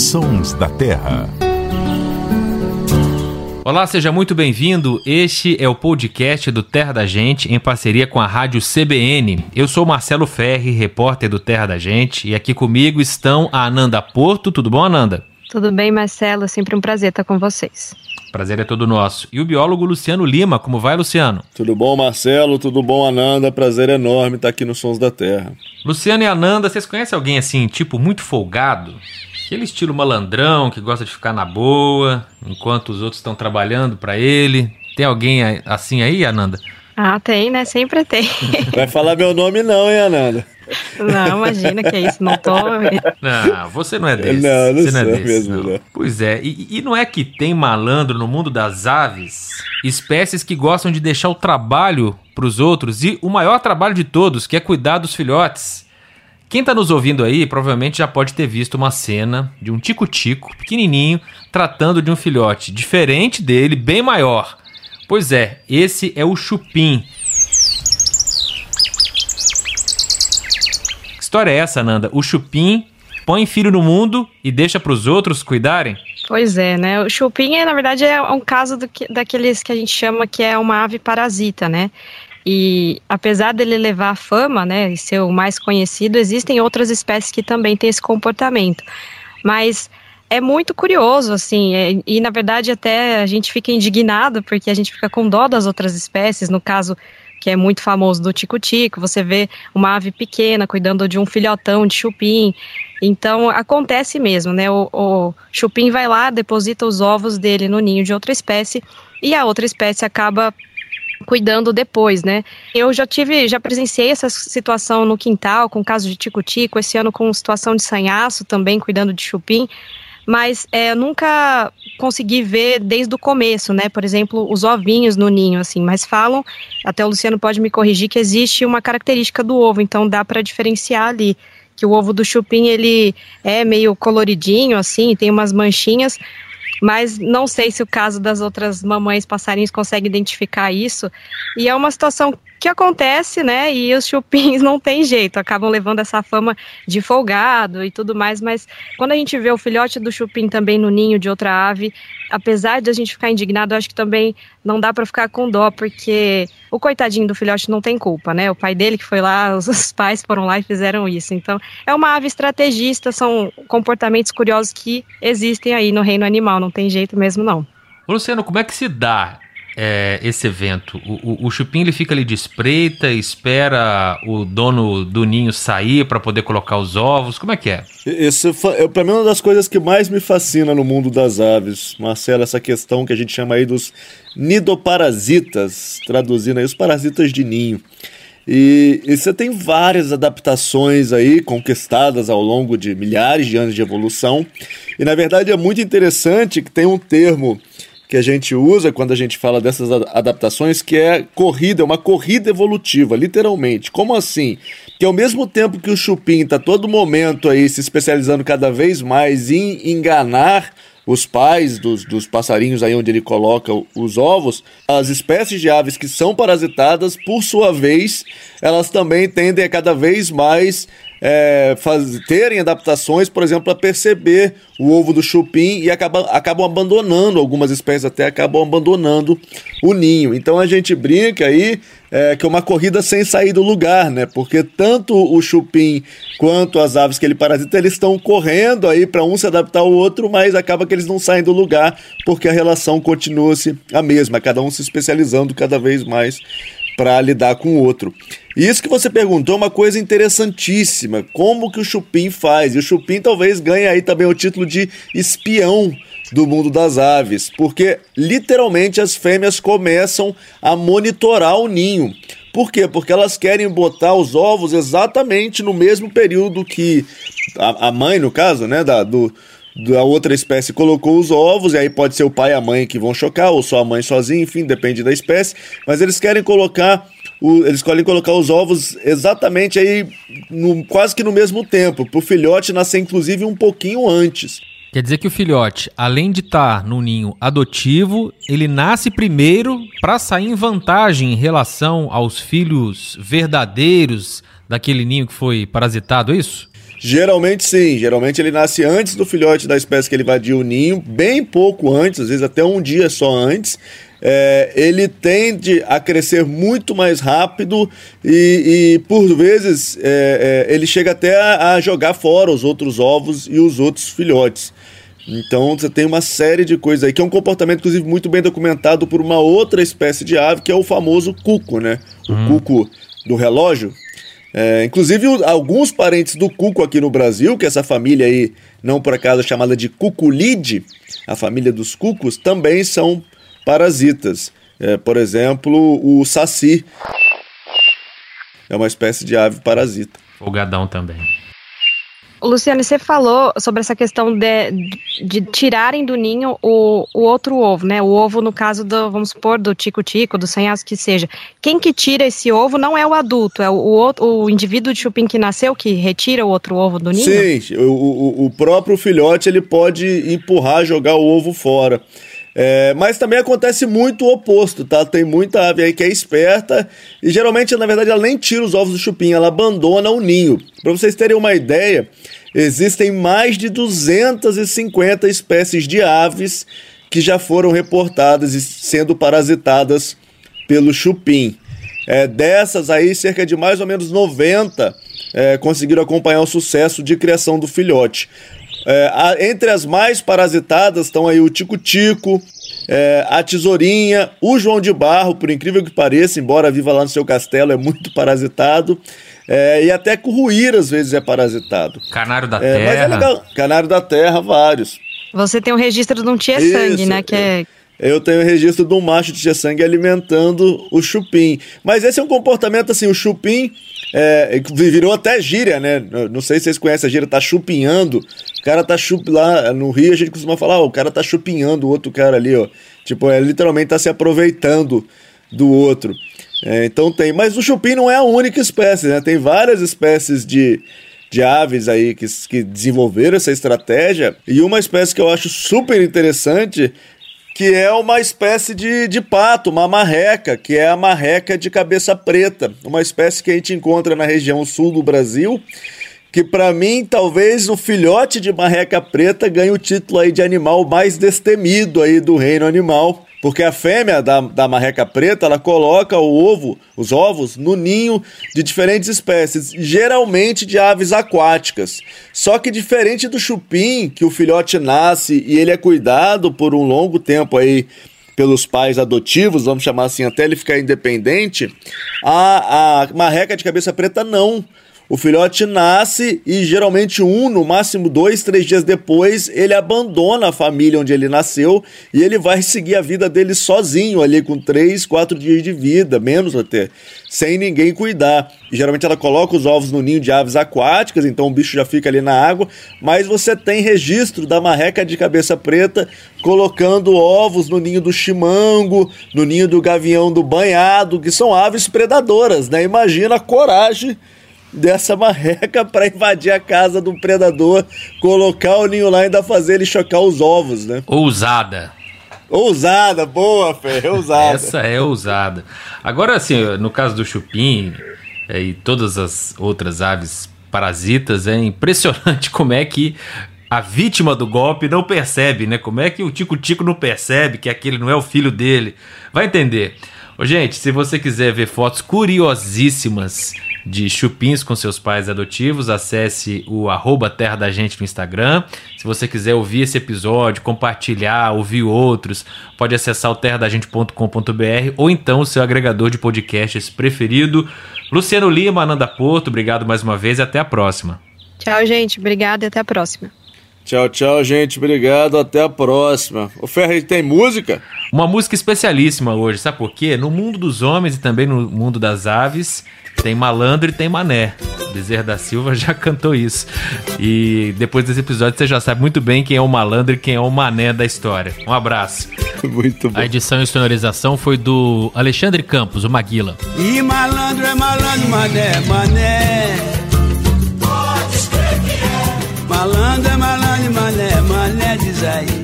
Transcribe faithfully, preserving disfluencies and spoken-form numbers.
Sons da Terra. Olá, seja muito bem-vindo. Este é o podcast do Terra da Gente, em parceria com a Rádio C B N. Eu sou Marcelo Ferri, repórter do Terra da Gente, e aqui comigo estão a Ananda Porto. Tudo bom, Ananda? Tudo bem, Marcelo. É sempre um prazer estar com vocês. Prazer é todo nosso. E o biólogo Luciano Lima. Como vai, Luciano? Tudo bom, Marcelo? Tudo bom, Ananda? Prazer enorme estar aqui no Sons da Terra. Luciano e Ananda, vocês conhecem alguém assim, tipo, muito folgado? Aquele estilo malandrão que gosta de ficar na boa, enquanto os outros estão trabalhando pra ele. Tem alguém assim aí, Ananda? Ah, tem, né? Sempre tem. Vai falar meu nome não, hein, Ananda? Não, imagina que é isso, não tô... Não, você não é desse. Não, não você não é sou desse, mesmo, não. não. Pois é, e, e não é que tem malandro no mundo das aves? Espécies que gostam de deixar o trabalho pros outros e o maior trabalho de todos, que é cuidar dos filhotes. Quem tá nos ouvindo aí provavelmente já pode ter visto uma cena de um tico-tico pequenininho tratando de um filhote diferente dele, bem maior. Pois é, esse é o chupim. Que história é essa, Nanda? O chupim põe filho no mundo e deixa para os outros cuidarem? Pois é, né? O chupim, é, na verdade, é um caso do que, daqueles que a gente chama que é uma ave parasita, né? E apesar dele levar a fama, né, e ser o mais conhecido, existem outras espécies que também têm esse comportamento. Mas é muito curioso, assim, é, e na verdade até a gente fica indignado, porque a gente fica com dó das outras espécies, no caso que é muito famoso do tico-tico, você vê uma ave pequena cuidando de um filhotão de chupim. Então acontece mesmo, né, o, o chupim vai lá, deposita os ovos dele no ninho de outra espécie, e a outra espécie acaba cuidando depois, né? Eu já tive, já presenciei essa situação no quintal, com o caso de tico-tico, esse ano com situação de sanhaço também, cuidando de chupim, mas é, nunca consegui ver desde o começo, né? Por exemplo, os ovinhos no ninho, assim, mas falam, até o Luciano pode me corrigir, que existe uma característica do ovo, então dá para diferenciar ali, que o ovo do chupim, ele é meio coloridinho, assim, tem umas manchinhas, mas não sei se o caso das outras mamães passarinhos consegue identificar isso, e é uma situação que acontece, né, e os chupins não tem jeito, acabam levando essa fama de folgado e tudo mais, mas quando a gente vê o filhote do chupim também no ninho de outra ave, apesar de a gente ficar indignado, eu acho que também não dá para ficar com dó, porque o coitadinho do filhote não tem culpa, né, o pai dele que foi lá, os pais foram lá e fizeram isso, então é uma ave estrategista, são comportamentos curiosos que existem aí no reino animal, não tem jeito mesmo não. Luciano, como é que se dá É, esse evento? O, o, o chupim ele fica ali de espreita, espera o dono do ninho sair para poder colocar os ovos, como é que é? Isso é, para mim, uma das coisas que mais me fascina no mundo das aves, Marcelo, essa questão que a gente chama aí dos nidoparasitas, traduzindo aí os parasitas de ninho. E, e você tem várias adaptações aí conquistadas ao longo de milhares de anos de evolução, e na verdade é muito interessante que tem um termo que a gente usa quando a gente fala dessas adaptações, que é corrida, é uma corrida evolutiva, literalmente. Como assim? Que ao mesmo tempo que o chupim está todo momento aí se especializando cada vez mais em enganar os pais dos, dos passarinhos aí onde ele coloca os ovos, as espécies de aves que são parasitadas, por sua vez, elas também tendem a cada vez mais É, faz, terem adaptações, por exemplo, a perceber o ovo do chupim e acabam, acabam abandonando, algumas espécies até acabam abandonando o ninho. Então a gente brinca aí é, que é uma corrida sem sair do lugar, né? Porque tanto o chupim quanto as aves que ele parasita, eles estão correndo aí para um se adaptar ao outro, mas acaba que eles não saem do lugar porque a relação continua-se a mesma, cada um se especializando cada vez mais para lidar com o outro. E isso que você perguntou é uma coisa interessantíssima, como que o chupim faz, e o chupim talvez ganhe aí também o título de espião do mundo das aves, porque literalmente as fêmeas começam a monitorar o ninho. Por quê? Porque elas querem botar os ovos exatamente no mesmo período que a, a mãe, no caso, né, da, do, da outra espécie colocou os ovos, e aí pode ser o pai e a mãe que vão chocar, ou só a mãe sozinha, enfim, depende da espécie, mas eles querem colocar, o, eles querem colocar os ovos exatamente aí, no, quase que no mesmo tempo, para o filhote nascer inclusive um pouquinho antes. Quer dizer que o filhote, além de estar no ninho adotivo, ele nasce primeiro para sair em vantagem em relação aos filhos verdadeiros daquele ninho que foi parasitado, é isso? Geralmente sim, geralmente ele nasce antes do filhote da espécie que ele invadiu o ninho, bem pouco antes, às vezes até um dia só antes. É, ele tende a crescer muito mais rápido e, e por vezes, é, é, ele chega até a, a jogar fora os outros ovos e os outros filhotes. Então você tem uma série de coisas aí, que é um comportamento, inclusive, muito bem documentado por uma outra espécie de ave, que é o famoso cuco, né? O hum. cuco do relógio. É, inclusive, alguns parentes do cuco aqui no Brasil, que é essa família aí, não por acaso chamada de cuculide, a família dos cucos, também são parasitas. É, por exemplo, o saci é uma espécie de ave parasita. Folgadão também. Luciano, você falou sobre essa questão de, de tirarem do ninho o, o outro ovo, né? O ovo, no caso, do, vamos supor, do tico-tico, do sanhaço que seja. Quem que tira esse ovo não é o adulto, é o, o, o indivíduo de chupim que nasceu que retira o outro ovo do ninho? Sim, o, o, o próprio filhote ele pode empurrar, jogar o ovo fora. É, mas também acontece muito o oposto, tá? Tem muita ave aí que é esperta e geralmente, na verdade, ela nem tira os ovos do chupim, ela abandona o ninho. Para vocês terem uma ideia, existem mais de duzentas e cinquenta espécies de aves que já foram reportadas e sendo parasitadas pelo chupim. É, dessas aí, cerca de mais ou menos noventa é, conseguiram acompanhar o sucesso de criação do filhote. É, a, entre as mais parasitadas estão aí o tico-tico, é, a tesourinha, o João de Barro, por incrível que pareça, embora viva lá no seu castelo, é muito parasitado, é, e até curruíra às vezes é parasitado. Canário da é, terra. Mas é legal. Canário da terra, vários. Você tem um registro de um tia-sangue, né? Que é... Eu tenho o registro de um macho de tia-sangue alimentando o chupim. Mas esse é um comportamento assim, o chupim é, virou até gíria, né? Não sei se vocês conhecem a gíria, tá chupinhando. O cara tá chup... Lá no Rio a gente costuma falar, ó, o cara tá chupinhando o outro cara ali, ó. Tipo, é, literalmente tá se aproveitando do outro. É, então tem. Mas o chupim não é a única espécie, né? Tem várias espécies de... de aves aí que, que desenvolveram essa estratégia. E uma espécie que eu acho super interessante, que é uma espécie de, de pato, uma marreca, que é a marreca de cabeça preta, uma espécie que a gente encontra na região sul do Brasil, que para mim talvez o filhote de marreca preta ganhe o título aí de animal mais destemido aí do reino animal, porque a fêmea da, da marreca preta, ela coloca o ovo, os ovos no ninho de diferentes espécies, geralmente de aves aquáticas. Só que diferente do chupim, que o filhote nasce e ele é cuidado por um longo tempo aí pelos pais adotivos, vamos chamar assim, até ele ficar independente, a, a marreca de cabeça preta não. O filhote nasce e geralmente um, no máximo dois, três dias depois, ele abandona a família onde ele nasceu e ele vai seguir a vida dele sozinho ali com três, quatro dias de vida, menos até, sem ninguém cuidar. E, geralmente ela coloca os ovos no ninho de aves aquáticas, então o bicho já fica ali na água, mas você tem registro da marreca de cabeça preta colocando ovos no ninho do chimango, no ninho do gavião do banhado, que são aves predadoras, né? Imagina a coragem dessa marreca para invadir a casa do predador, colocar o ninho lá e ainda fazer ele chocar os ovos, né? Ousada. Ousada, boa, Fê, ousada. Essa é ousada. Agora, assim, no caso do chupim é, e todas as outras aves parasitas, é impressionante como é que a vítima do golpe não percebe, né? Como é que o tico-tico não percebe que aquele não é o filho dele? Vai entender. Ô, gente, se você quiser ver fotos curiosíssimas de chupins com seus pais adotivos, acesse o arroba Terra da Gente no Instagram. Se você quiser ouvir esse episódio, compartilhar, ouvir outros, pode acessar o terra da gente ponto com ponto b r ou então o seu agregador de podcasts preferido. Luciano Lima, Ananda Porto, obrigado mais uma vez e até a próxima. Tchau, gente. Obrigado e até a próxima. Tchau, tchau, gente. Obrigado. Até a próxima. O Ferri, tem música? Uma música especialíssima hoje. Sabe por quê? No mundo dos homens e também no mundo das aves, tem malandro e tem mané. Bezerra da Silva já cantou isso. E depois desse episódio você já sabe muito bem quem é o malandro e quem é o mané da história. Um abraço. Muito bom. A edição e sonorização foi do Alexandre Campos, o Maguila. E malandro é malandro, mané, mané. Pode escrever que é. Malandro é malandro, mané, mané, diz aí.